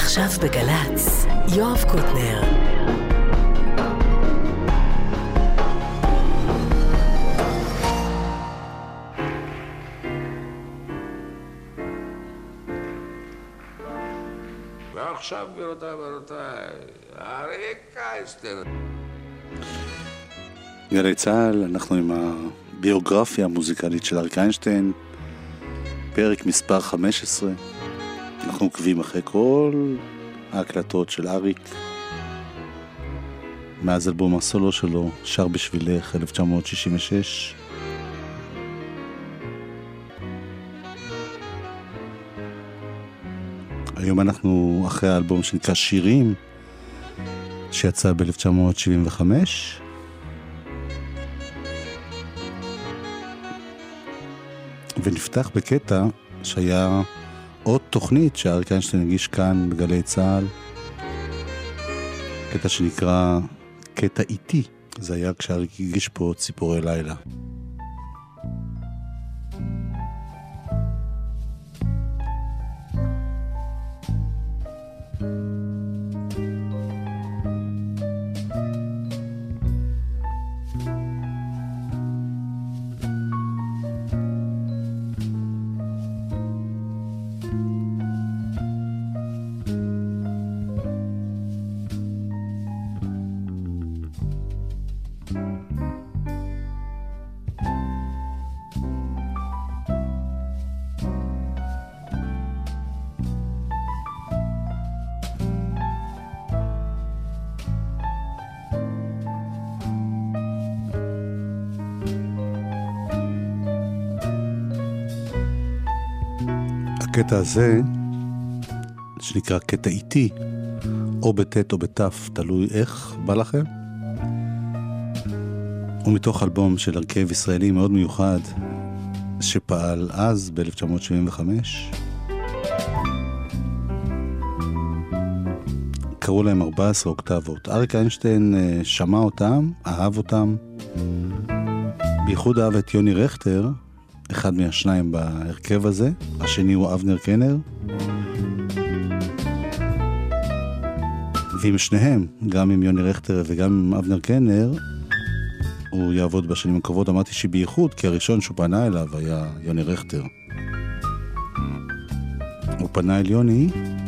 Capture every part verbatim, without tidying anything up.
עכשיו בגלץ, יואב קוטנר. ועכשיו גבירותיי ורבותיי, אריק איינשטיין. גלי צהל, אנחנו עם הביוגרפיה המוזיקלית של אריק איינשטיין, פרק מספר חמש עשרה. אנחנו עוקבים אחרי כל ההקלטות של אריק מאז אלבום הסולו שלו, שר בשבילך, אלף תשע מאות שישים ושש. היום אנחנו אחרי האלבום שנקרא שירים, שיצא ב-אלף תשע מאות שבעים וחמש. ונפתח בקטע שהיה עוד תוכנית שאריק איינשטיין הגיש כאן בגלי צהל, קטע שנקרא קטע איתי. זה היה כשאריק הגיש פה ציפורי לילה. הקטע הזה, שנקרא קטע איתי, או בתת או בתף, תלוי איך בא לכם, הוא מתוך אלבום של הרכב ישראלי מאוד מיוחד, שפעל אז ב-אלף תשע מאות שבעים וחמש. קראו להם ארבע עשרה אוקטבות. אריק איינשטיין שמע אותם, אהב אותם, בייחוד אהב את יוני רכטר, אחד מהשניים בהרכב הזה, השני הוא אבנר קנר, ועם שניהם, גם עם יוני רכטר וגם עם אבנר קנר, הוא יעבוד בשנים הקרובות. אמרתי שבייחוד, כי הראשון שהוא פנה אליו היה יוני רכטר. הוא פנה אל יוני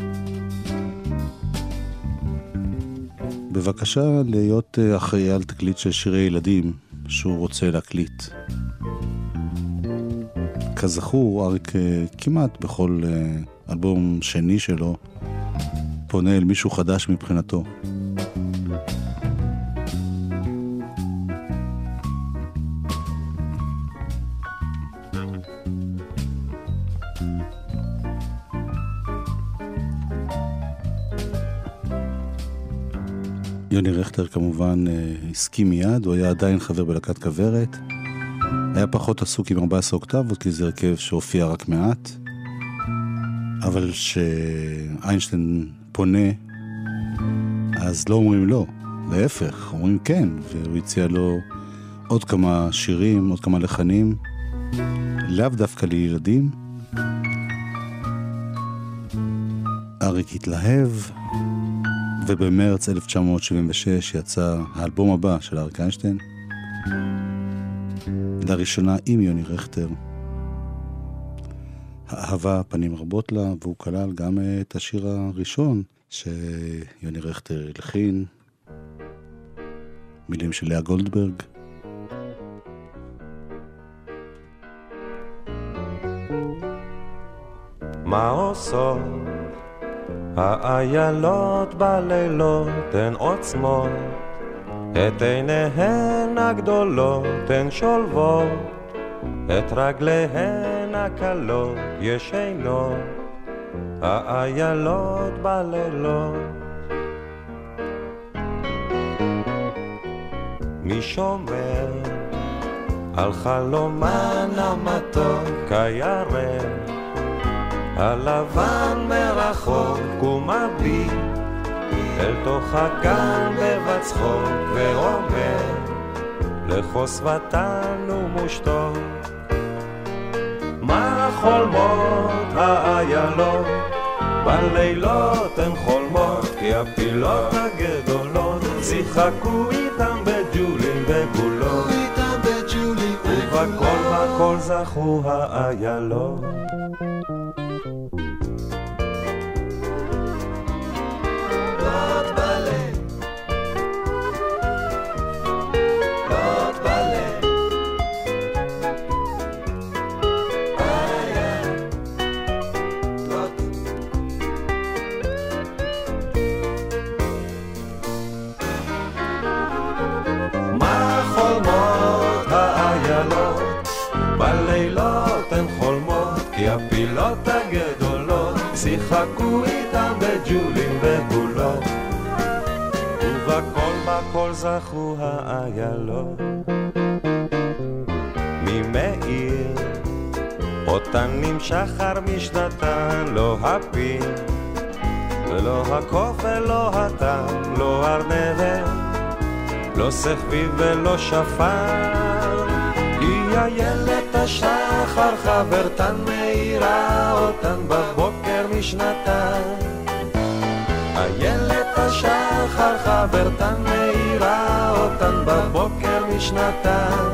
בבקשה להיות אחראי על תקליט של שירי ילדים שהוא רוצה להקליט. כזכור, אריק כמעט בכל אלבום שני שלו פונה אל מישהו חדש מבחינתו. יוני רכטר כמובן הסכים מיד, הוא היה עדיין חבר בלהקת כוורת, היה פחות עסוק עם ארבע עשרה אוקטבות, כי זה הרכב שהופיע רק מעט, אבל שאיינשטיין פונה, אז לא אומרים לא, להפך, אומרים כן, והוא הציע לו עוד כמה שירים, עוד כמה לחנים, לאו דווקא לילדים. אריק התלהב, ובמרץ אלף תשע מאות שבעים ושש יצא האלבום הבא של אריק איינשטיין, לראשונה עם יוני רכטר, האהבה פנים רבות לה, והוא כלל גם את השיר הראשון שיוני רכטר הלחין, מילים של לאה גולדברג. מה עושות האיילות בלילות, הן עוצמות את עיניהן הגדולות, הן שולבות את רגליהן הקלות, ישנות האיילות בלילות. מי שומר על חלומן המתוק הירח, הלבן מרחוק ומביט אל תוך הגן בבצחוק, ואומר לחוסבתן ומושתוק, מה חולמות האיילות בלילות הן חולמות, כי הפילות הגדולות שיחקו איתם בג'ולים וגולות, ובכל הכל זכו האיילות. בלילות הן חולמות, כי הפילות הגדולות שיחקו איתם בג'ולים ובולות, ובכל בכל זכו האיילות. ממאיר אותן נמשחר משנתן, לא הפיל ולא הקוף ולא הטם, לא ארנבת, לא סחביב ולא שפר. היא איילת השחר חברתן מאירה אותן בבוקר משנתן. איילת השחר חברתן מאירה אותן בבוקר משנתן.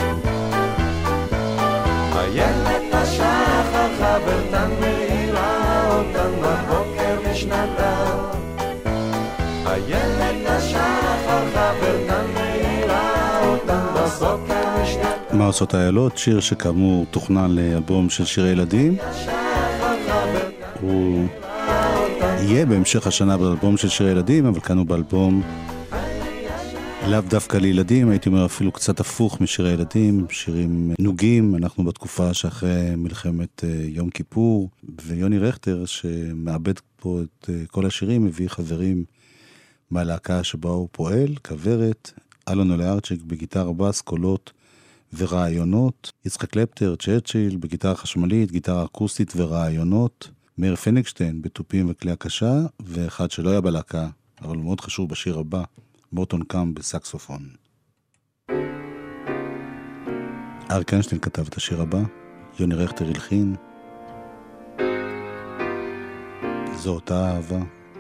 איילת השחר חברתן מאירה אותן בבוקר משנתן. איילת השחר חברתן מאירה אותן בבוקר משנתן. מה עושות האיילות? שיר שכאמור תוכנן לאלבום של שירי ילדים. הוא יהיה בהמשך השנה באלבום של שירי ילדים, אבל כאן הוא באלבום לאו דווקא לילדים, הייתי אומר אפילו קצת הפוך משירי ילדים, שירים נוגים. אנחנו בתקופה שאחרי מלחמת יום כיפור, ויוני רכטר שמאבד פה את כל השירים הביא חברים מהלהקה שבה הוא פועל, כוורת, אלון אוליארצ'יק בגיטרה בס, קולות ורעיונות, יצחק קלפטר, צ'רצ'יל בגיטרה חשמלית, גיטרה אקוסטית ורעיונות, מאיר פניקשטיין בתופים וכלי הקשה, ואחד שלא היה בלהקה, אבל מאוד חשוב בשיר הבא, מורטון קאם בסקסופון. אריק איינשטיין כתב את השיר הבא, יוני רכטר הלחין. זו אותה אהבה.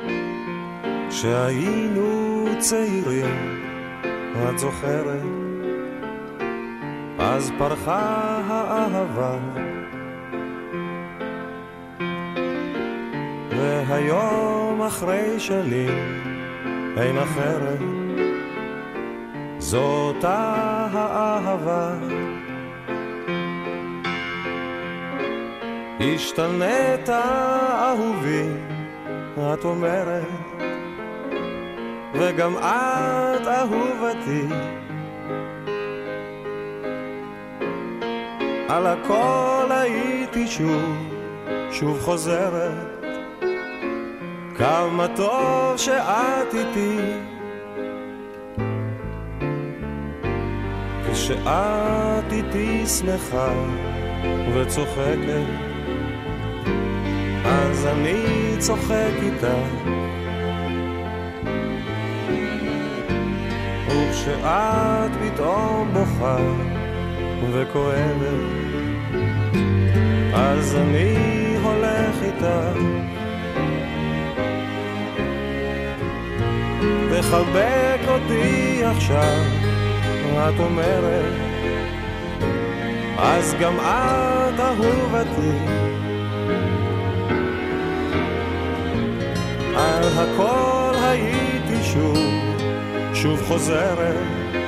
כשהיינו צעירים, את זוכרת, אז פרחה האהבה, והיום אחרי שנים אין אחרת, זאת האהבה. השתנית אהובי, את אומרת, וגם את אהובתי, על הכל הייתי שוב, שוב חוזרת, כמה טוב שאת איתי. כשאת איתי שמחה וצוחקת, אז אני צוחק איתה. וכשאת פתאום בוכה וכואבת, אז אני הולך איתה. תחבק אותי עכשיו, את אומרת, אז גם את אהובתי. על הכל הייתי שוב, שוב חוזרת,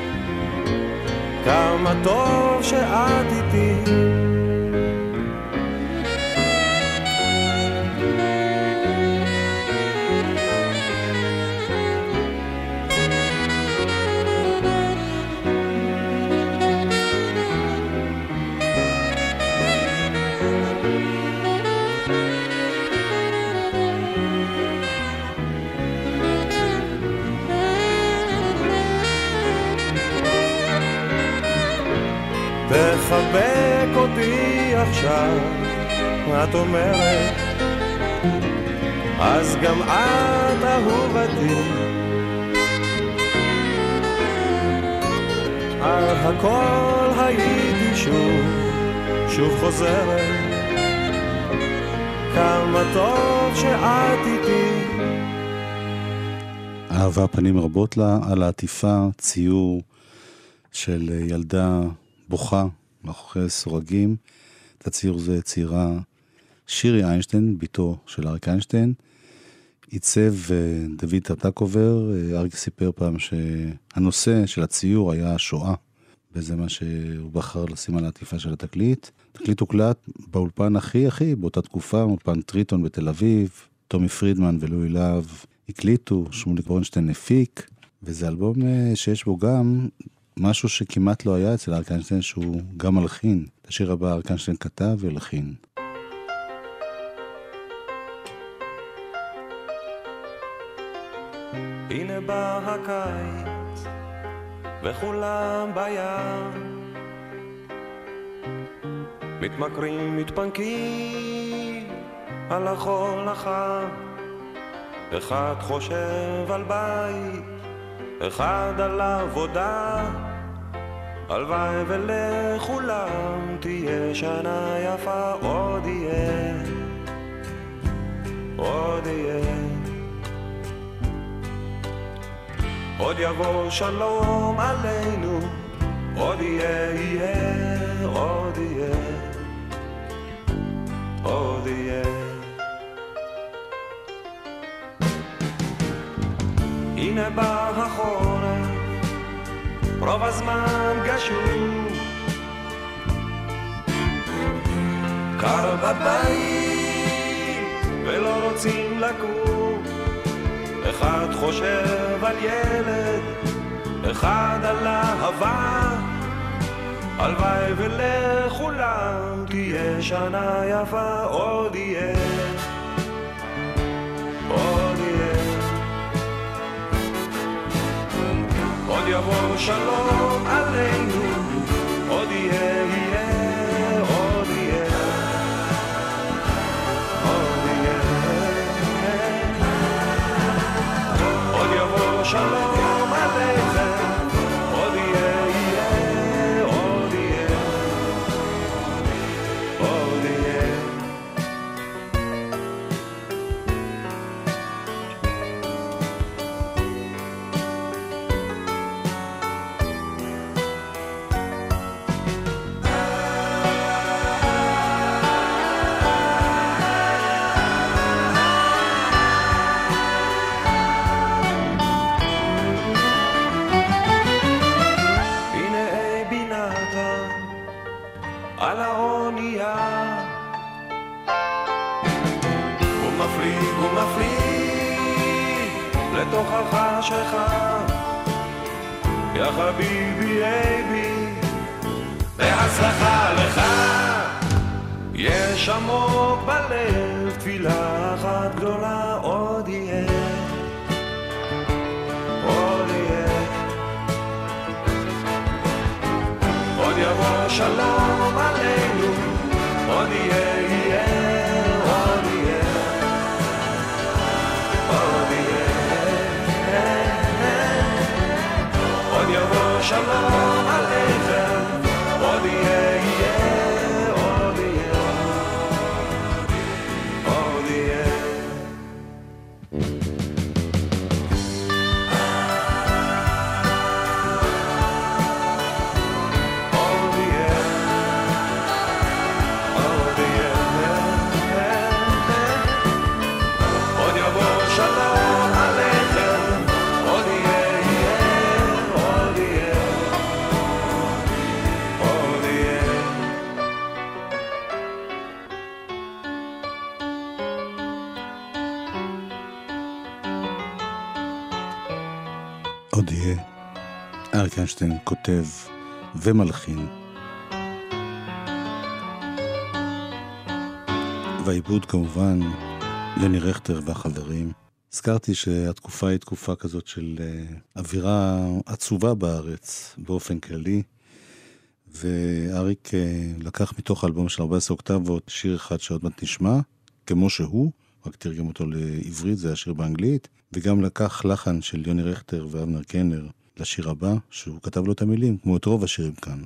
כמה טוב שאת איתי. תחבק אותי עכשיו, את אומרת, אז גם את אהובתי. על הכל הייתי שוב, שוב חוזרת, כמה טוב שאת איתי. אהבה פנים רבות לה, על העטיפה ציור של ילדה בוכה מאחורי סורגים. את הציור זה ציירה שירי איינשטיין, ביתו של אריק איינשטיין. עיצב דוד טרטקובר. אריק סיפר פעם שהנושא של הציור היה השואה, וזה מה שהוא בחר לשים על העטיפה של התקליט. התקליט הוקלט באולפן הכי הכי באותה תקופה, אולפן טריטון בתל אביב. טומי פרידמן ולואי להב הקליטו, שמוליק ברונשטיין הפיק, וזה אלבום שיש בו גם משהו שכמעט לא היה אצל אריק איינשטיין, שהוא גם מלחין. את השיר הבא אריק איינשטיין כתב ולחין. הנה בא הקיץ וכולם בים, מתמכרים, מתפנקים על החול החם. אחד חושב על בית, אחד על עבודה, הלוואי ולכולם תהיה שנה יפה. עוד יהיה, עוד יהיה, עוד יבוא שלום עלינו. עוד יהיה, יהיה, עוד יהיה, עוד יהיה. הנה בא החורף, רוב הזמן גשום, קר בבית ולא רוצים לקום. אחד חושב על ילד, אחד על אהבה, הלוואי ולכולם תהיה שנה יפה. עוד יהיה, עוד יהיה, עוד יבוא שלום עלינו. עוד יהיה, יהיה, עוד יהיה, עוד יהיה, עוד יבוא שלום עליכם. עוד יהיה, יהיה, עוד יהיה, עוד יהיה. על האונייה הוא מפליג, הוא מפליג לתוך החשכה. יא חביבי אייבי, בהצלחה לך. יש עמוק בלב תפילה אחת גדולה. עוד יהיה, עוד יהיה, עוד יבוא שלום עלינו. עוד יהיה, יהיה, עוד יהיה, עוד יהיה, עוד יבוא שלום עליכם. עוד יהיה, יהיה, עוד יהיה, עוד יהיה. עוד יהיה. אריק איינשטיין כותב ומלחין. והעיבוד כמובן יוני רכטר והחברים. הזכרתי שהתקופה היא תקופה כזאת של אווירה עצובה בארץ באופן כללי, ואריק לקח מתוך האלבום של ארבע עשרה אוקטבות שיר אחד שעוד מעט נשמע, כמו שהוא, רק תרגם אותו לעברית, זה השיר באנגלית, וגם לקח לחן של יוני רכטר ואבנר קנר לשיר הבא, שהוא כתב לו את המילים, כמו את רוב השירים כאן.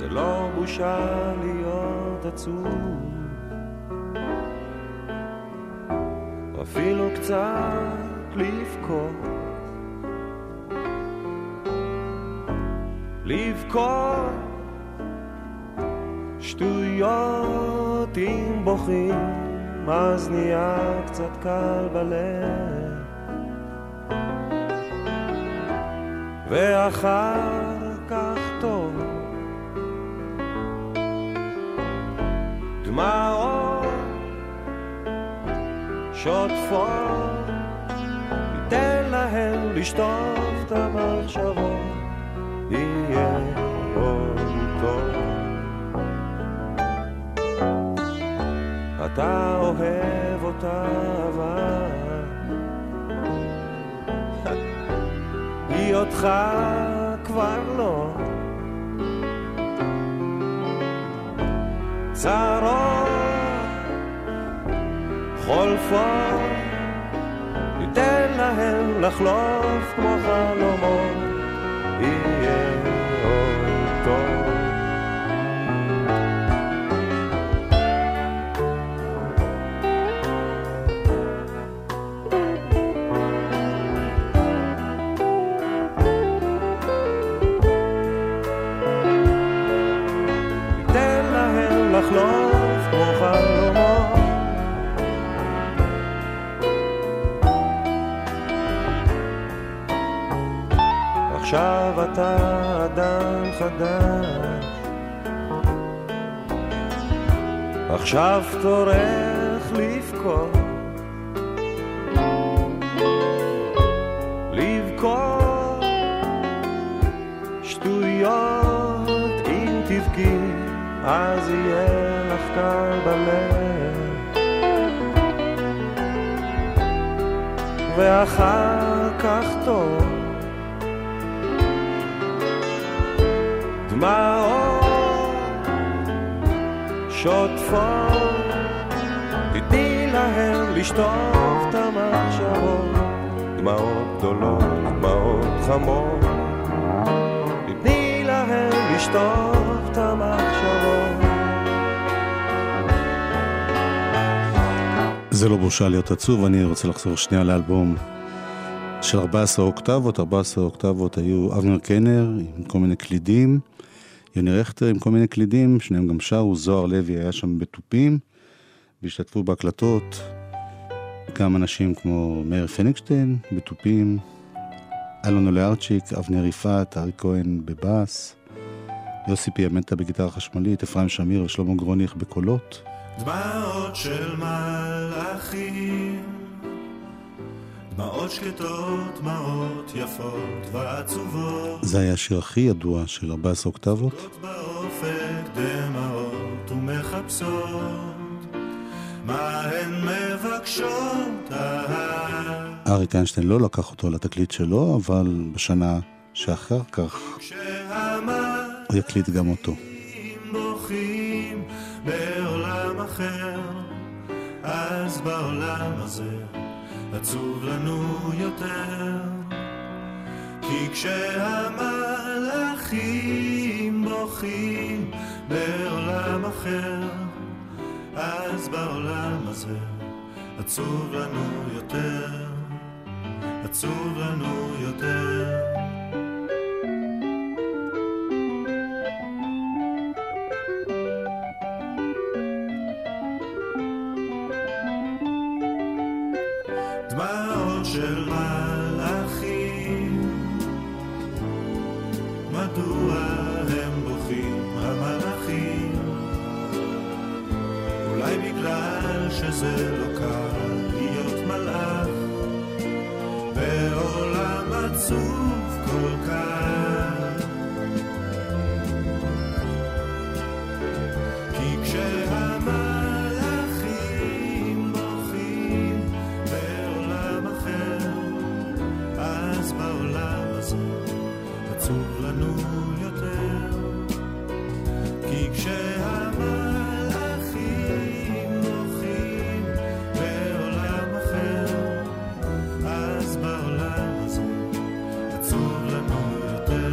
זה לא בושה להיות עצוב, אפילו קצת לבכות, לבכות שטויות אם בוכים, אז נהיה קצת קל בלב, ואחר כך טוב דמעות שוטפות, ניתן להם לשטוף את המחשבות, יהיה עוד טוב. אתה אוהב אותה אבל היא אותך כבר לא, צרות חולפות, ניתן להם לחלוף כמו חלומות, יהיה עוד טוב. ניתן להם לחלוף כמו חלומות, עכשיו אתה אדם חדש, עכשיו תורך לבכות, לבכות שטויות אם תבכי, אז יהיה לך קל בלב, ואחר כך טוב דמעות שוטפות, תתני להם לשטוף את המחשבות, דמעות גדולות, דמעות חמות, תתני להם לשטוף את המחשבות. זה לא בושה להיות עצוב. אני רוצה לחזור שנייה לאלבום של ארבע עשרה אוקטבות. ארבע עשרה אוקטבות היו אבנר קנר עם כל מיני קלידים, יוני רכטר עם כל מיני קלידים, שניהם גם שרו, זוהר לוי היה שם בטופים, והשתתפו בהקלטות גם אנשים כמו מאיר פניגשטיין בטופים, אלון אולארצ'יק, אבנר יפעת, ארי כהן בבאס, יוסי פיאמנטה בגיטרה חשמלית, אפרים שמיר ושלמה גרוניך בקולות. דמעות של מלאכים, דמעות שקטות, דמעות יפות ועצובות, זה היה השיר הכי ידוע של ארבע עשרה אוקטבות. באופק דמעות ומחפשות, מה הן מבקשות? אריק איינשטיין לא לקח אותו לתקליט שלו, אבל בשנה שאחר כך הוא יקליט גם אותו. בוכים בעולם אחר, אז בעולם הזה עצוב לנו יותר, כי כשהמלאכים בוכים בעולם אחר, אז בעולם הזה עצוב לנו יותר, עצוב לנו יותר. דמעות של מלאכים, מדוע הם בוכים המלאכים? אולי בגלל שזה לא קל להיות מלאך בעולם עצוב כל כך, כי כשהמלאכים בוכים בעולם אחר, אז בעולם הזה עצוב לנו יותר, כי כשהמלאכים בוכים בעולם אחר, אז בעולם הזה עצוב לנו יותר.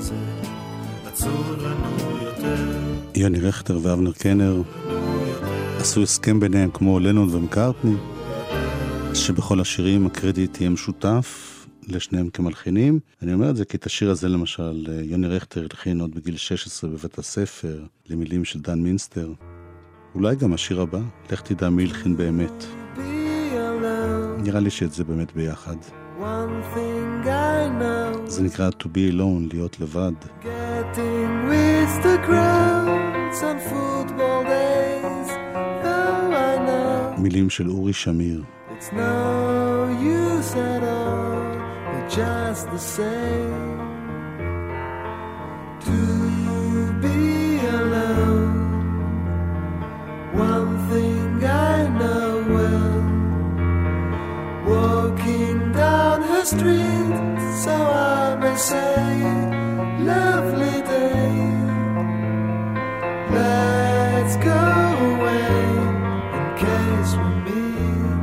הזה, עצוב לנו יותר. יוני רכטר ואבנר קנר עשו הסכם ביניהם כמו לנון ומקארטני, שבכל השירים הקרדיט יהיה משותף לשניהם כמלחינים. אני אומר את זה כי את השיר הזה למשל יוני רכטר הלחין עוד בגיל שש עשרה בבית הספר למילים של דן מינסטר. אולי גם השיר הבא, לך תדע מי הלחין באמת. נראה לי שאת זה באמת ביחד. זה נקרא To Be Alone, להיות לבד. Getting with the crowds on football days, though I know מילים של אורי שמיר. it's no use at all, we're just the same. To be alone, one thing I know well, walking down her street, so I may say, lovely day, let's go away in case we meet.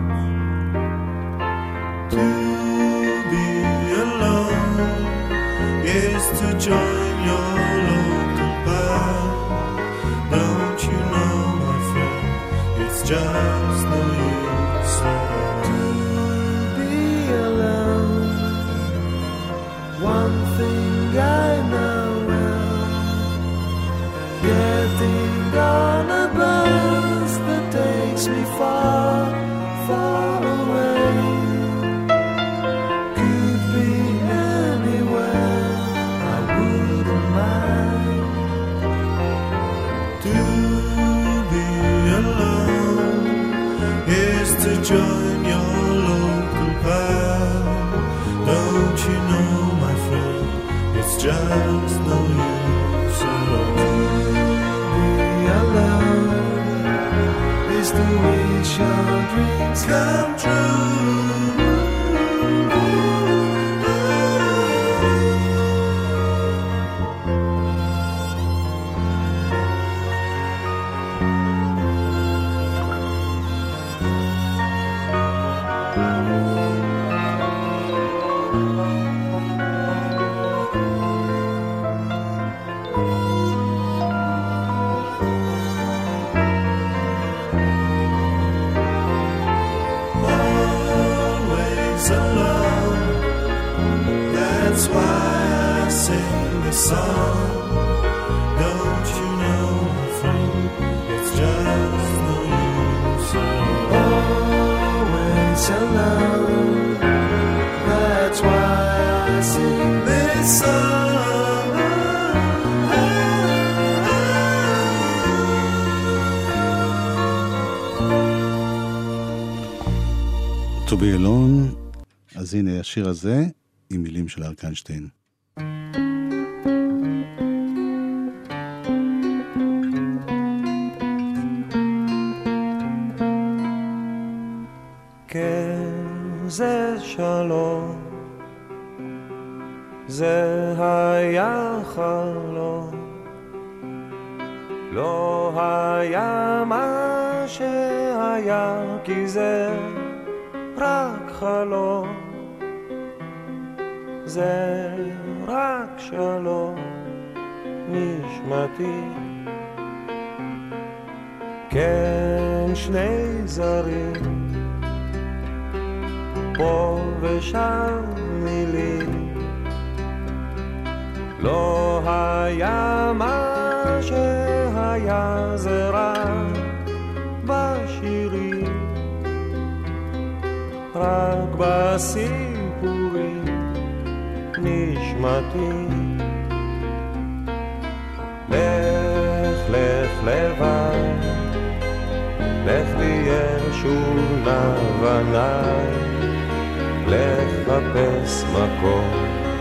To be alone is to join your local bar. Don't you know, my friend, it's just no use at all. To be alone, one thing I know well, getting on a bus that takes me far, far away. Could be anywhere, I wouldn't mind. To be alone is to join your local bar. Don't you know, my friend, it's just no use at all. Be alone is to wish your dreams come true. Always alone, that's why I sing this song. Don't you know, my friend, it's just no use at all. Always alone, that's why I sing this song. To Be Alone, אז הנה השיר הזה עם מילים של אריק איינשטיין. כן, זה שלום, זה היה חלום, לא היה מה שהיה, כי זה רק חלום, זה רק שלום נשמתי. כן, שני זרים, פה ושם מילים, לא היה מה שהיה, זה רק בשירים, רק בסיפורים נשמתי. לך לך לבד, לך תהיה שוב נבניי, לך חפש מקום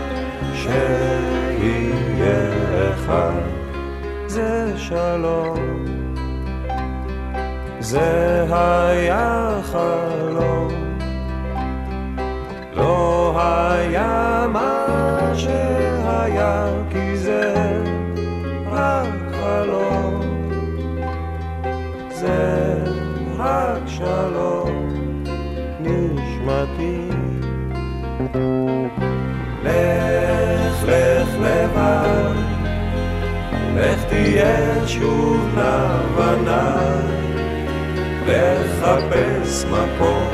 שיהיה אחד. זה שלום, זה היה חלום, לא היה מה שהיה, כי זה רק חלום, זה רק שלום נשמתי. לך לך לבד, תהיה שוב לבניי, לחפש מקום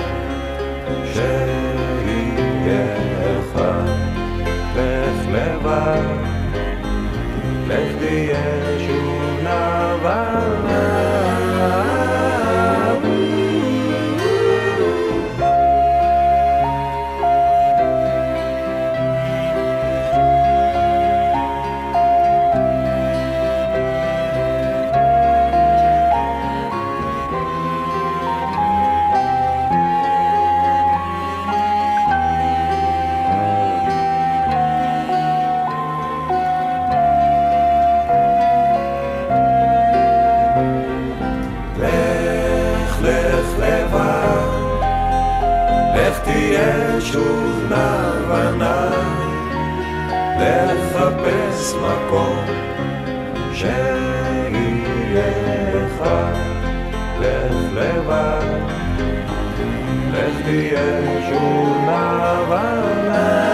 שיהיה אחד. לך לבד, לך תהיה שוב לבניי. שוב לבניי, לחפש מקום שיהיה אחד. לך לבד, לך תהיה שוב לבניי.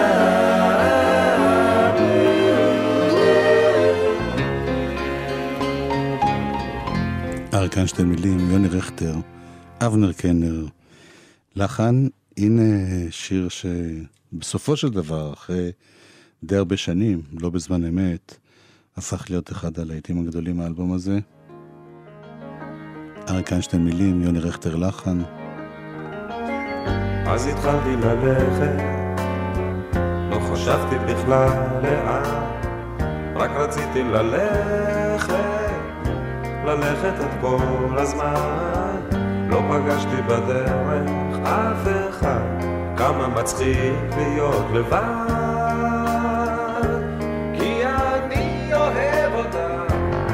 אריק איינשטיין מילים, יוני רכטר, אבנר קנר, לחן. הנה שיר שבסופו של דבר, אחרי די הרבה שנים, לא בזמן אמת, הפך להיות אחד הלהיטים הגדולים מהאלבום הזה. אריק איינשטיין מילים, יוני רכטר לחן. אז התחלתי ללכת, לא חשבתי בכלל לאן, רק רציתי ללכת, ללכת את כל הזמן. לא פגשתי בדרך אף אחד, כמה מצחיק להיות לבד, כי אני אוהב אותה.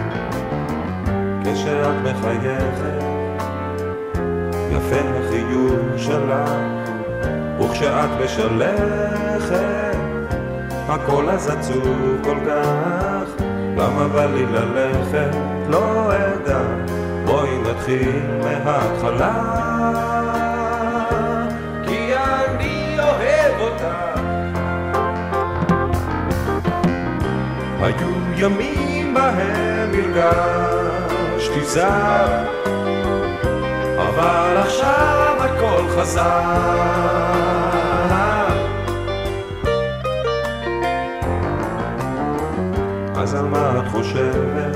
כשאת מחייכת, יפה החיוך שלך, וכשאת משלכת, הכל אז עצוב כל כך. למה בא לי ללכת? לא אדע, בואי נתחיל מההתחלה, כי אני אוהב אותה. היו ימים בהם הרגשתי זר, אבל עכשיו הכל חזר. אז על מה את חושבת?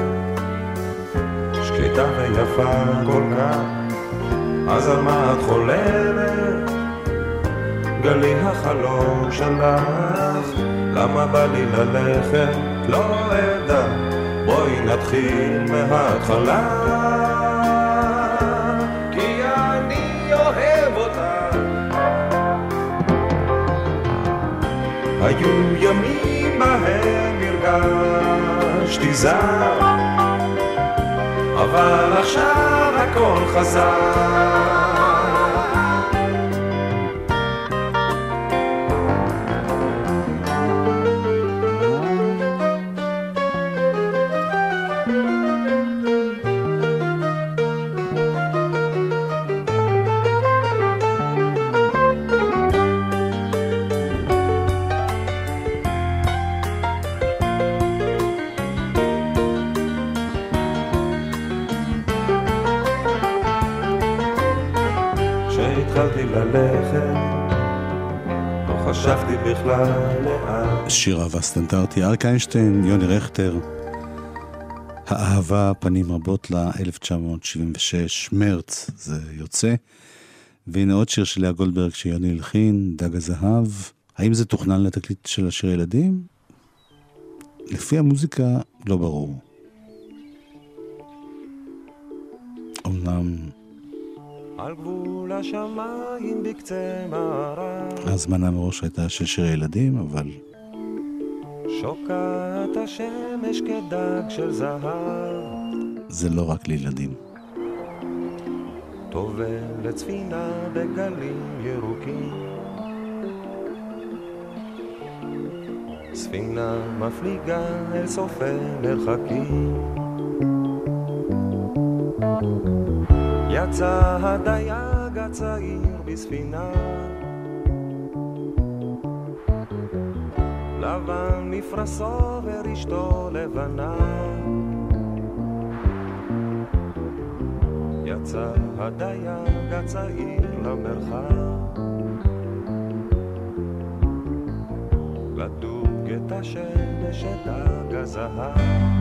שקטה ויפה כל כך. אז על מה את חולמת? גלי החלום שלך. למה בא לי ללכת? לא אדע, בואי נתחיל מההתחלה, כי אני אוהב אותה. היו ימים בהם הרגשתי זר, אבל עכשיו הכל חזר. חשבתי בכלל לאן. שיר אהבה סטנדרטי, אריק איינשטיין, יוני רכטר. האהבה פנים רבות לה, אלף תשע מאות שבעים ושש, מרץ זה יוצא. והנה עוד שיר של לאה גולדברג שיוני הלחין, דג הזהב. האם זה תוכנן לתקליט של השיר ילדים? לפי המוזיקה לא ברור. אמנם על גבול השמיים בקצה מערב, הזמנה מראש הייתה של שיר ילדים, אבל שוקעת השמש כדג של זהב, זה לא רק לילדים. טובל לצפינה בגלים ירוקים, ספינה מפליגה אל סופי מרחקים, יצא הדייג הצעיר בספינה, לבן מפרסו ורשתו לבנה, יצא הדייג הצעיר למרחב לדוג את השמש את דג הזהב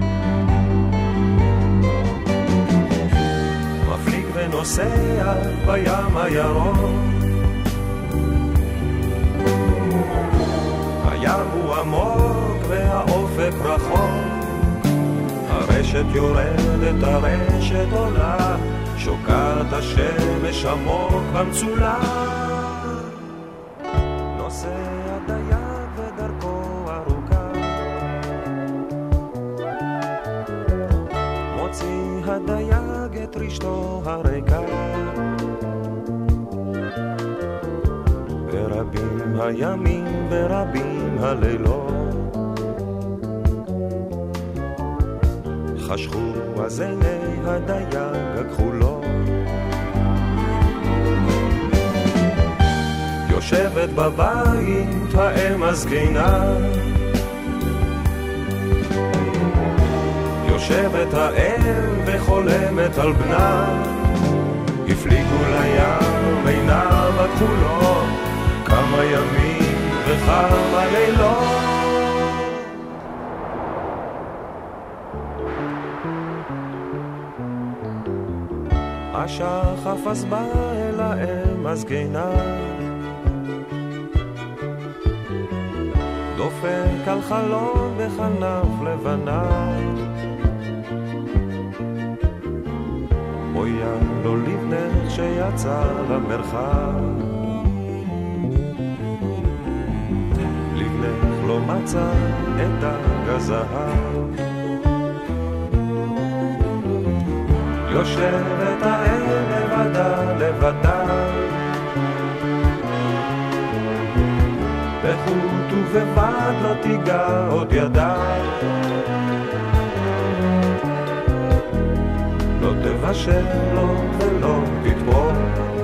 מפליג ונוסע בים הירוק הים הוא עמוק והאופק רחוק הרשת יורדת הרשת עולה שוקעת השמש עמוק במצולה נוסע דייג ודרכו ארוכה מוציא הדייג את רשתו הריקה ורבים הימים ורבים הלילות חשכו אז עיני הדייג הכחולות יושבת בבית האם הזקנה יושבת האם וחולמת על בנה הפליגו לים עיניו הכחולות כמה ימים וכמה לילות השחף אז בא אל האם הזקנה דופק על חלון בכנף לבנה אויה לו לבנך שיצא למרחב לבנך לא מצא את דג הזהב יושבת האם לבדה לבדה בחוט ובבד לא תיגע עוד ידה לא תבשל לו ולא תתמוך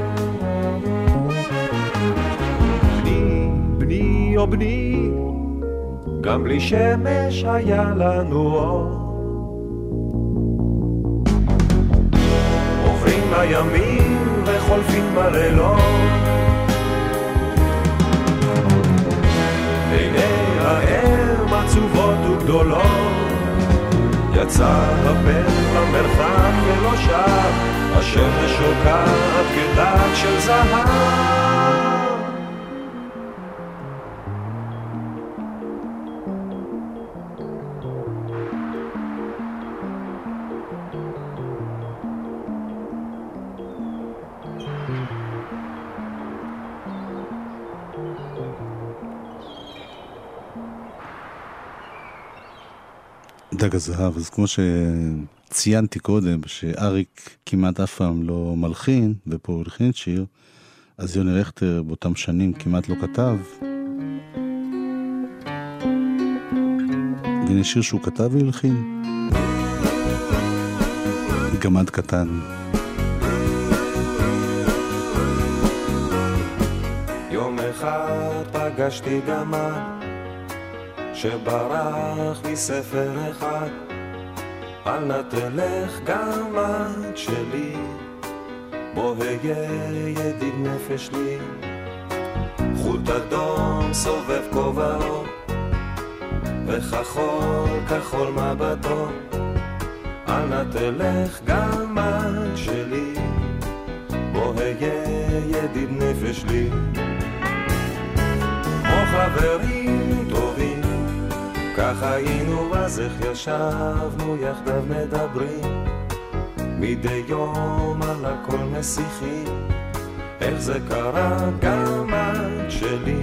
בני, בני או בני גם בלי שמש היה לנו אור הימים וחולפים הלילות עיני האם עצובות וגדולות יצא הבן למרחק ולא שב השמש שוקעת כדג של זהב דג הזהב, אז כמו שציינתי קודם, שאריק כמעט אף פעם לא מלחין, ופה הוא הלחין שיר, אז יוני רכטר באותם שנים כמעט לא כתב. והנה שיר שהוא כתב והלחין. גמד קטן. יום אחד פגשתי גמד שברח מספר אחד אל נא תלך גמד שלי בוא היה ידיד נפש לי חוט אדום סובב כובעו וכחול כחול מבטו אל נא תלך גמד שלי בוא היה ידיד נפש לי כמו חברים טובים כך היינו אז איך ישבנו יחדיו מדברים מדי יום על הכל משיחי איך זה קרה גמד שלי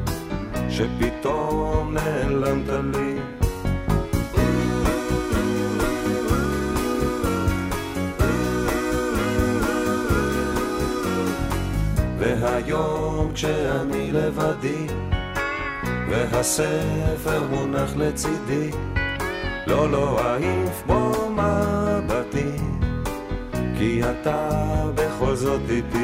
שפתאום נעלמת לי והיום כשאני לבדי והספר מונח לצידי לא לא אעיף בו מבטי כי אתה בכל זאת איתי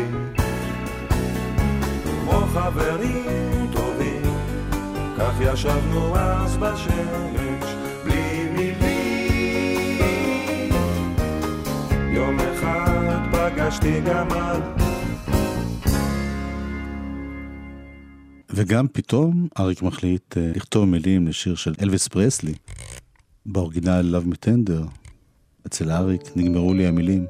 כמו חברים טובים כך ישבנו אז בשמש בלי מילים יום אחד פגשתי גמל. וגם פתאום אריק מחליט לכתוב מילים לשיר של אלוויס פרסלי. באורגינל Love Me Tender, אצל אריק נגמרו לי המילים.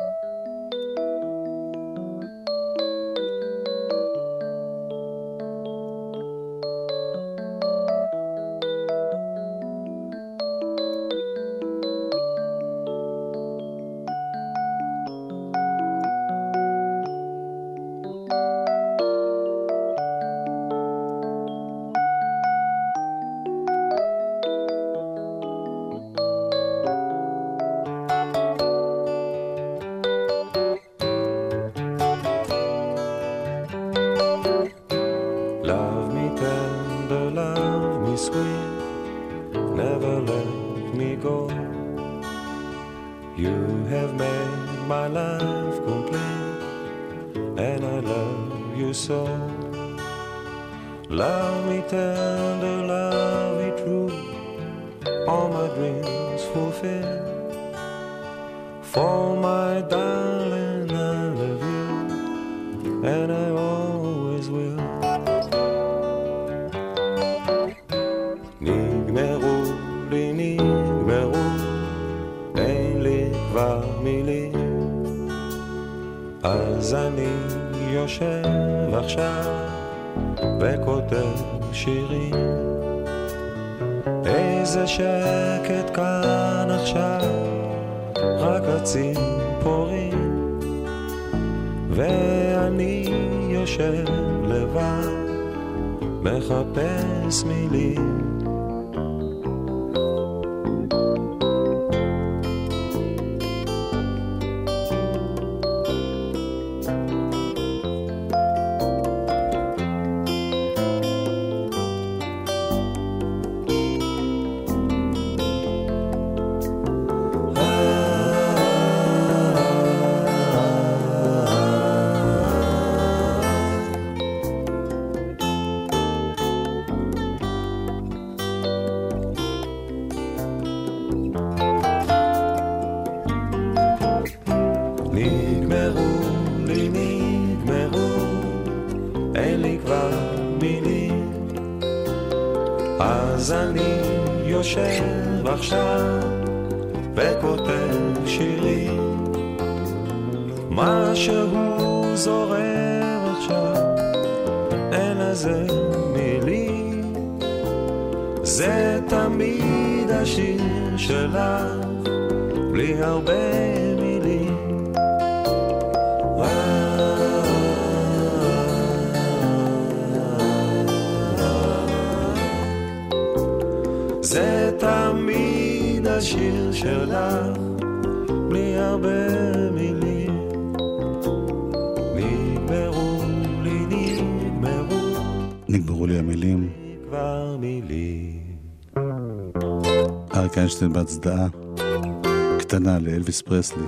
אז אני יושב עכשיו וכותב שירים. איזה שקט כאן עכשיו, רק הציפורים, ואני יושב לבד מחפש מילים. אז אני יושב עכשיו וכותב שירים. משהו זורם עכשיו, אין לזה מילים. זה תמיד השיר שלך, בלי הרבה מילים. זה תמיד השיר שלך, בלי הרבה מילים. נגמרו לי, נגמרו נגמרו לי המילים. כבר מילים. אריק איינשטיין בהצדעה קטנה לאלוויס פרסלי,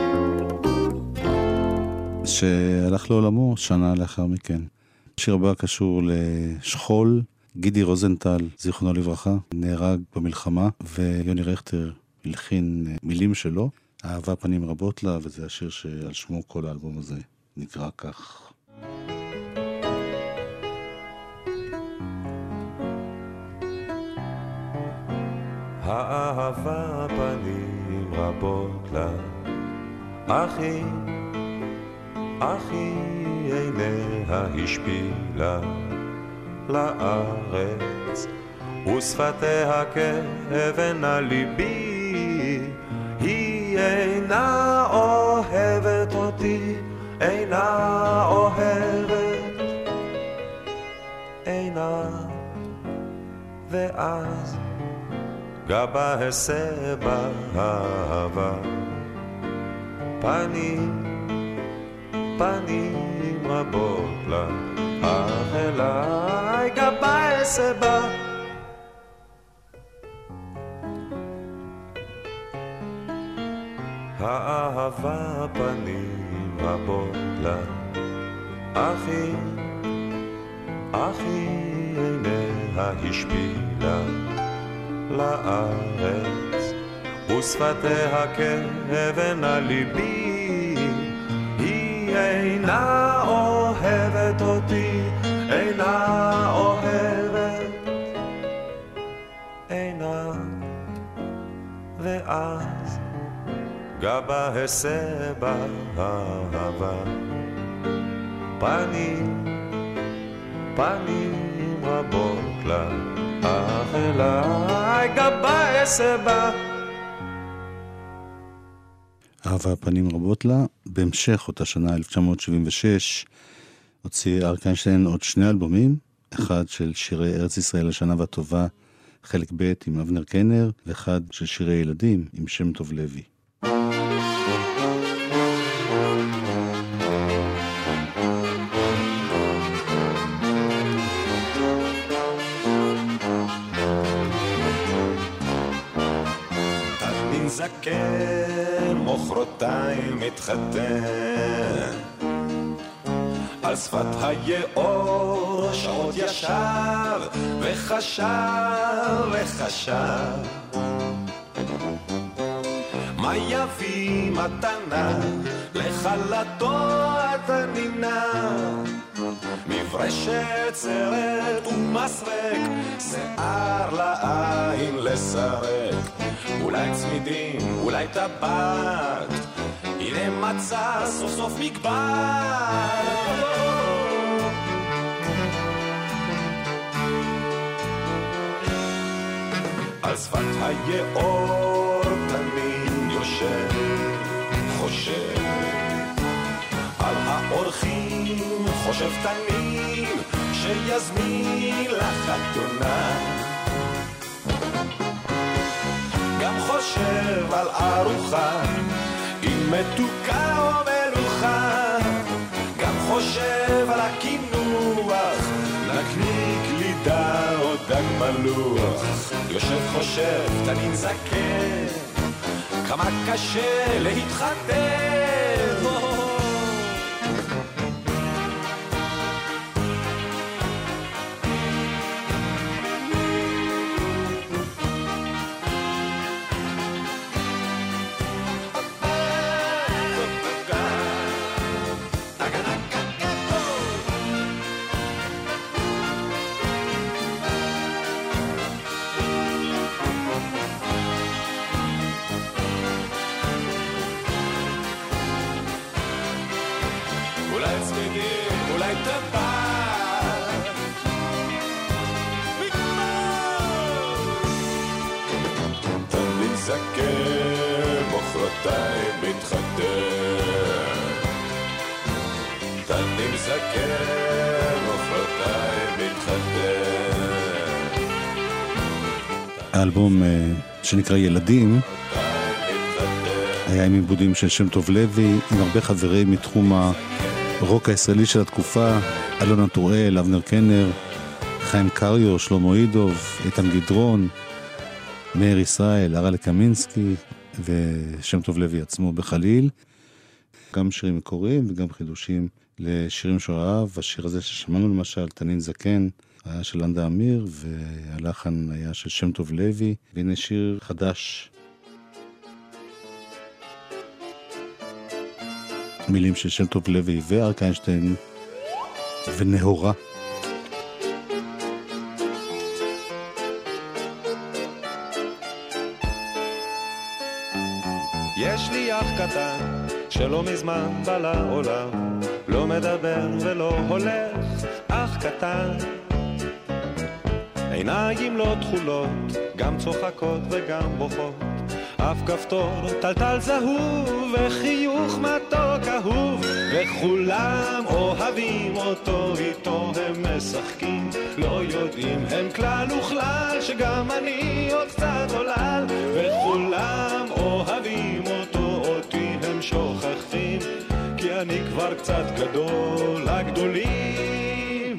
שהלך לעולמו שנה לאחר מכן. השיר הבא קשור לשכול. גידי רוזנטל, זיכרונו לברכה, נהרג במלחמה, ויוני רכטר הלחין מילים שלו. אהבה פנים רבות לה, וזה השיר שעל שמו כל האלבום הזה נקרא כך. האהבה פנים רבות לה, אחי, אחי עיניה השפילה לארץ, ושפתיה כאבן על ליבי. היא אינה אוהבת אותי, אינה אוהבת, אינה. ואז גבה אעשה באהבה, פנים, פנים רבות לה, אך אליי גבה אעשה בה. האהבה פנים רבות לה, אחי, אחי עיניה השפילה לארץ, ושפתיה כאבן על ליבי. היא אינה אוהבת אותי, אינה אוהבת, אינה. ואז גבה הסבא אהבה, פנים, פנים רבות לה, אך אליי גבה הסבא. אהבה פנים רבות לה. בהמשך אותה שנה, אלף תשע מאות שבעים ושש, הוציא אריק איינשטיין עוד שני אלבומים, אחד של שירי ארץ ישראל השנה והטובה, חלק ב' עם אבנר קנר, ואחד של שירי ילדים עם שם טוב לוי. תלמין זקן מוחרתיים מתחתן, על שפת היאור שעות ישב וחשב וחשב, מה יביא מתנה לחלתו התנינה, מברשת סרט ומסרק, שיער לעין לסרק, אולי צמידים, אולי טבעת, הנה מצא סוף סוף מקבט. על שפת היאור תנין יושב, חושב, על האורחים חושב תנין, שיזמין לחתונה. גם חושב על ארוחה, עם מתוקה או מלוכה, גם חושב על הכינוח, נקניק לידה או דג מלוח. יושב חושב תנין זקן, כמה קשה להתחתן. האלבום שנקרא ילדים היה עם עיבודים של שם טוב לוי, עם הרבה חברים מתחום הרוק הישראלי של התקופה, אלונה טוראל, אבנר קנר, חיים קריו, שלמה אידוב, איתן גדרון, מאיר ישראל, הרלה קמינסקי ושם טוב לוי עצמו בחליל. גם שירים מקוריים וגם חידושים לשירים שהוא אהב. השיר הזה ששמענו למשל, תנין זקן, היה של לנדה אמיר, והלחן היה של שם טוב לוי. והנה שיר חדש, מילים של שם טוב לוי ואריק איינשטיין, ונהורה. יש לי אח קטן שלא מזמן בא לעולם, לא מדבר ולא הולך, אח קטן, עיניים לא תחולות, גם צוחקות וגם בוכות, אף כפתור טלטל זהוב וחיוך מתוק אהוב, וכולם אוהבים אותו, איתו הם משחקים, לא יודעים הם כלל וכלל שגם אני עוד קצת עולל, וכולם אוהבים אותו, אותי הם שוכחים, כי אני כבר קצת גדול, הגדולים.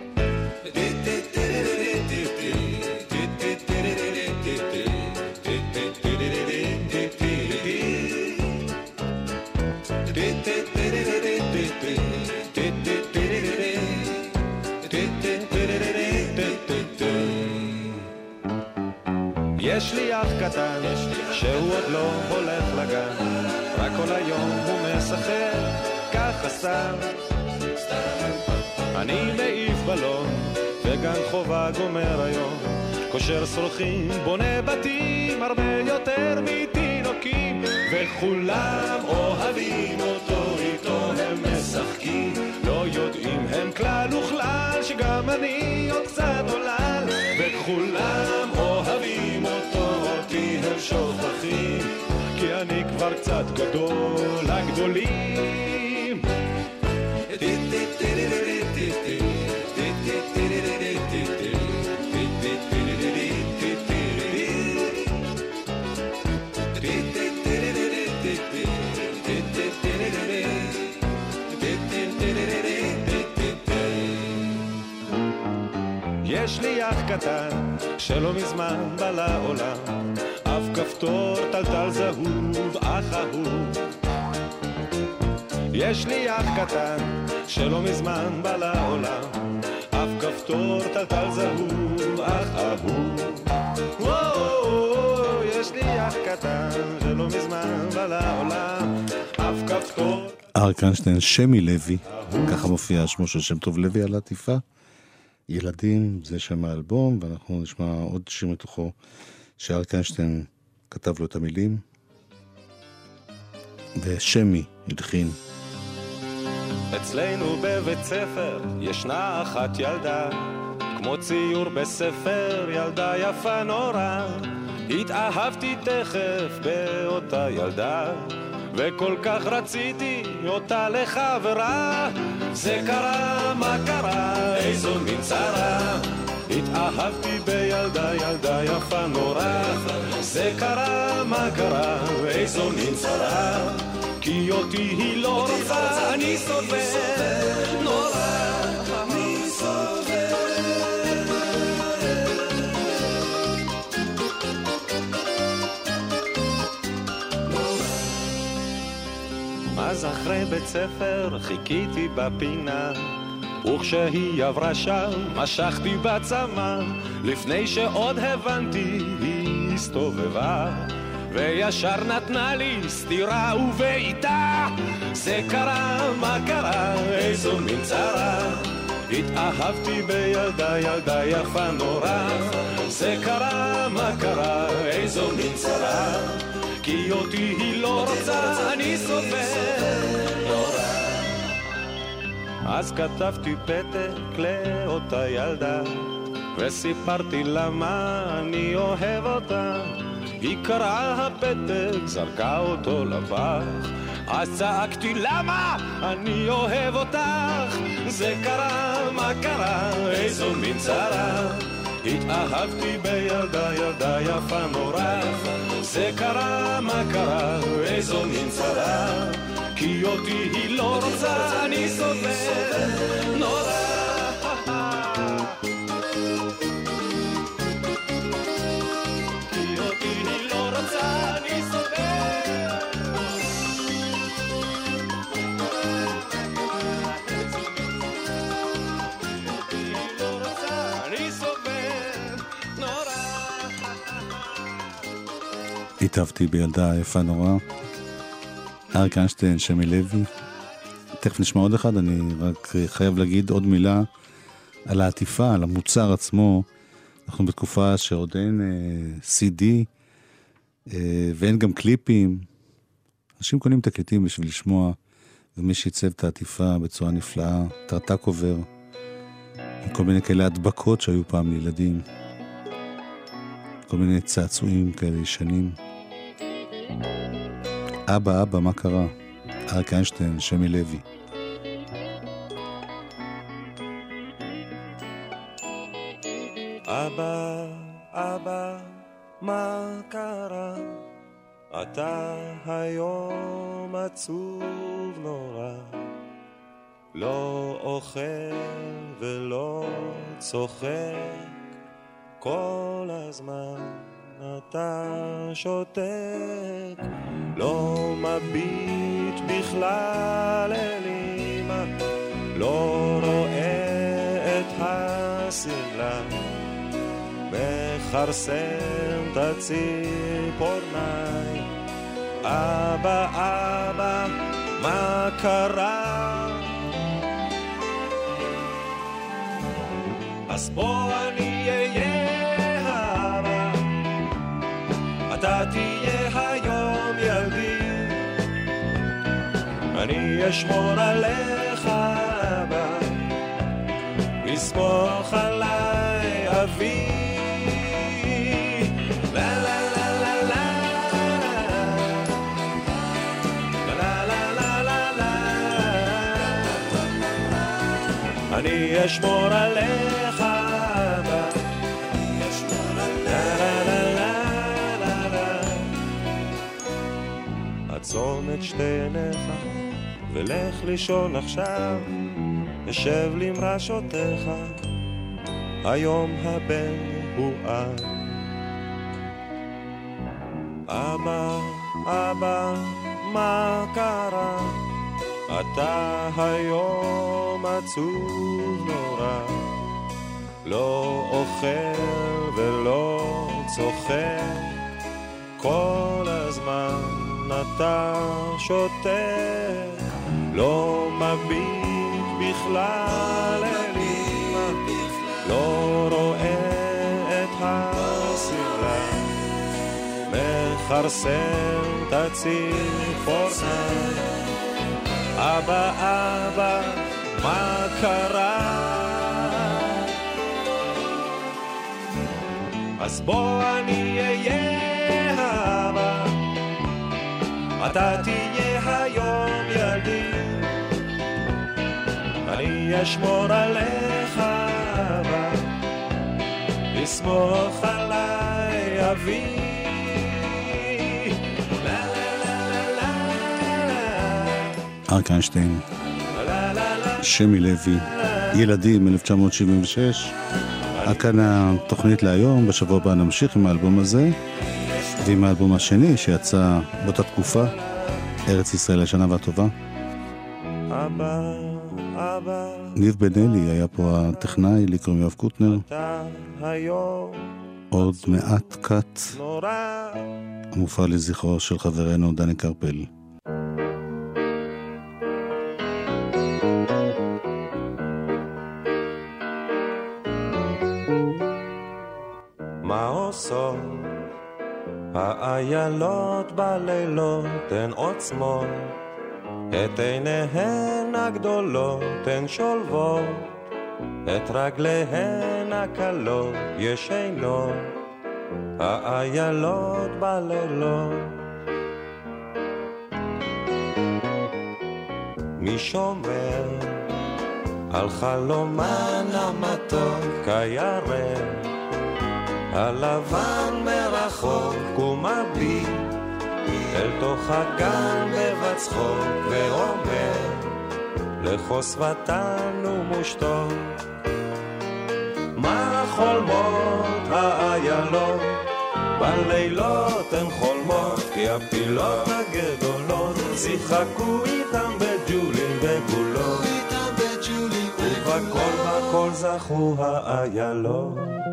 יש לי אח קטן שהוא עוד לא הולך לגן, רק כל היום הוא משחק ככה סתם. אני מעיף בלון וגן חובה גומר היום, כושר סולחים, בונה בתים הרבה יותר מתינוקים, וכולם אוהבים אותו, איתו הם משחקים, לא יודעים הם כלל וכלל שגם אני עוד קצת עולל, וכולם אוהבים אותו, אותי הם שוכחים, כי אני כבר קצת גדול הגדולים. יש לי אח קטן שלא מזמן בא לעולם, אף כפתור טלטל זהוב, אח אהוב. יש לי אח קטן שלא מזמן בא לעולם, אף כפתור טלטל זהוב, אח אהוב. וואו, יש לי אח קטן שלא מזמן בא לעולם, אף כפתור. אריק איינשטיין, שמי לוי, ככה מופיע שמו של שם טוב לוי על העטיפה. ילדים, זה שם האלבום, ואנחנו נשמע עוד שיר מתוכו שאריק איינשטיין כתב לו את המילים, ושמי הלחין. אצלנו בבית ספר ישנה אחת ילדה, כמו ציור בספר, ילדה יפה נורא. התאהבתי תכף באותה ילדה, וכל כך רציתי אותה לחברה. זה קרה, מה קרה, איזו מין צרה, התאהבתי בילדה, ילדה יפה נורא. זה קרה, מה קרה, איזו מין צרה, כי אותי היא לא רוצה, אני סובל נורא, אני סובל. אז אחרי בית ספר חיכיתי בפינה, וכשהיא עברה שם משכתי בצמא, לפני שעוד הבנתי היא הסתובבה, וישר נתנה לי סתירה ובעיטה. זה קרה, מה קרה, איזו מין צרה, התאהבתי בילדה, ילדה יפה נורא. זה קרה, מה קרה, איזו מין צרה, כי אותי היא לא רוצה, אני סובל נורא. אז כתבתי פתק לאותה ילדה, וסיפרתי למה אני אוהב אותה. היא קראה הפתק, זרקה אותו לפח, אז צעקתי למה אני אוהב אותך. זה קרה, מה קרה, איזו מין צרה, התאהבתי בילדה, ילדה יפה נורא. זה קרה, מה קרה, איזו מין צרה, כי אותי היא לא רוצה, אני סובל נורא. כי אותי היא לא רוצה, אני סובל. כי אותי היא לא רוצה, אני סובל נורא. התאהבתי בילדה יפה נורא, אריק איינשטיין, שמי לוי. תכף נשמע עוד אחד, אני רק חייב להגיד עוד מילה על העטיפה, על המוצר עצמו. אנחנו בתקופה שעוד אין אה, סי די, אה, ואין גם קליפים. אנשים קונים תקליטים בשביל לשמוע, ומי שיצב את העטיפה בצורה נפלאה, טרטקובר, עם כל מיני כאלה הדבקות שהיו פעם לילדים, כל מיני צעצועים כאלה ישנים. אבא, אבא, מה קרה? אריק איינשטיין, שמי לוי. אבא, אבא, מה קרה? אתה היום עצוב נורא, לא אוכל ולא צוחק, כל הזמן אתה שותק, לא מביט בכלל אל אמא, לא רואה את הסמלה, מחרסם את הציפורניים. אבא, אבא, מה קרה? אז בוא אני אהיה האבא, אתה תהיה היום ילדי, אני אשמור עליך אבא, לסמוך עליי אבי. לה לה לה לה לה לה לה לה לה לה, אני אשמור עליך אבא, לה לה לה לה לה. עצום את שתי עיניך ולך לישון עכשיו, ישב למרשותיך, היום הבן הוא אב. אבא, אבא, מה קרה? אתה היום עצוב נורא, לא אוכל ולא צוחק, כל הזמן אתה שותק, לא מביט בכלל אלימה, לא רואה את הסדרה, מחרסם תציפורנה. אבא, אבא, מה קרה? אז בוא אני אהיה אבא, אתה תהיה היום ילדי, אני אשמור עליך אבא, לסמוך עליי אבי. אריק איינשטיין, שמי לוי, ילדים אלף תשע מאות שבעים ושש. כאן התוכנית להיום, בשבוע הבא נמשיך עם האלבום הזה ועם האלבום השני שיצא באותה תקופה, ארץ ישראל השנה והטובה. אבא, אבא, ניב בן-אלי היה פה הטכנאי, לי קוראים יואב קוטנר. עוד מעט קאט, המופע לזכרו של חברנו דני קרפל. מה עושות האיילות בלילות, הן עוצמות את עיניהן הגדולות, הן שולבות את רגליהן הקלות, ישנות האיילות בלילות. מי שומר על חלומן המתוק הירק הלבן מרחוק, ומביט אל תוך הגן בבצחוק, ואומר לחוסבתן ומושתוק. מה חולמות האיילות בלילות, הן חולמות כי הפילות הגדולות שיחקו איתם בג'ולים וגולות, ובכל בכל זכו האיילות.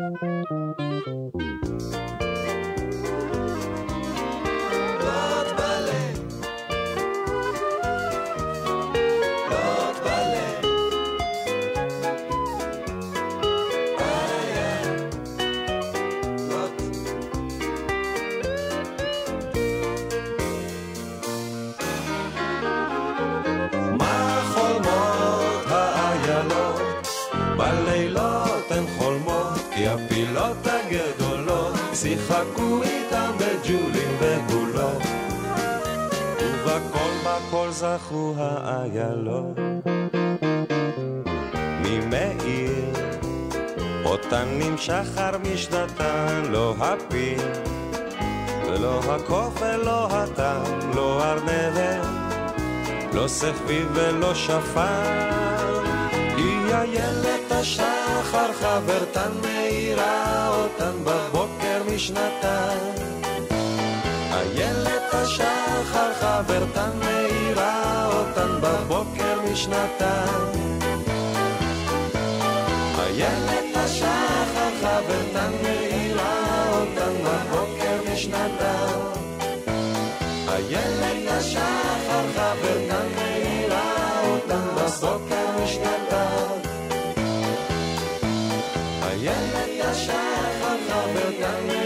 הפילות הגדולות שיחקו איתם בג'ולים וגולות, ובכל בכל זכו האיילות. ממאיר אותן נמשך משנתן, לא הפיל ולא הקוף ולא הטם, לא ארנבת, לא סחביב ולא שפן, היא איילת השחר חברתן מאירה אותן בבוקר משנתן. איילת השחר חברתן מאירה אותן בבוקר משנתן. איילת השחר חברתן מאירה אותן בבוקר משנתן. איילת השחר חברתן מאירה בבוקר משקטה הילד ישב על חברתן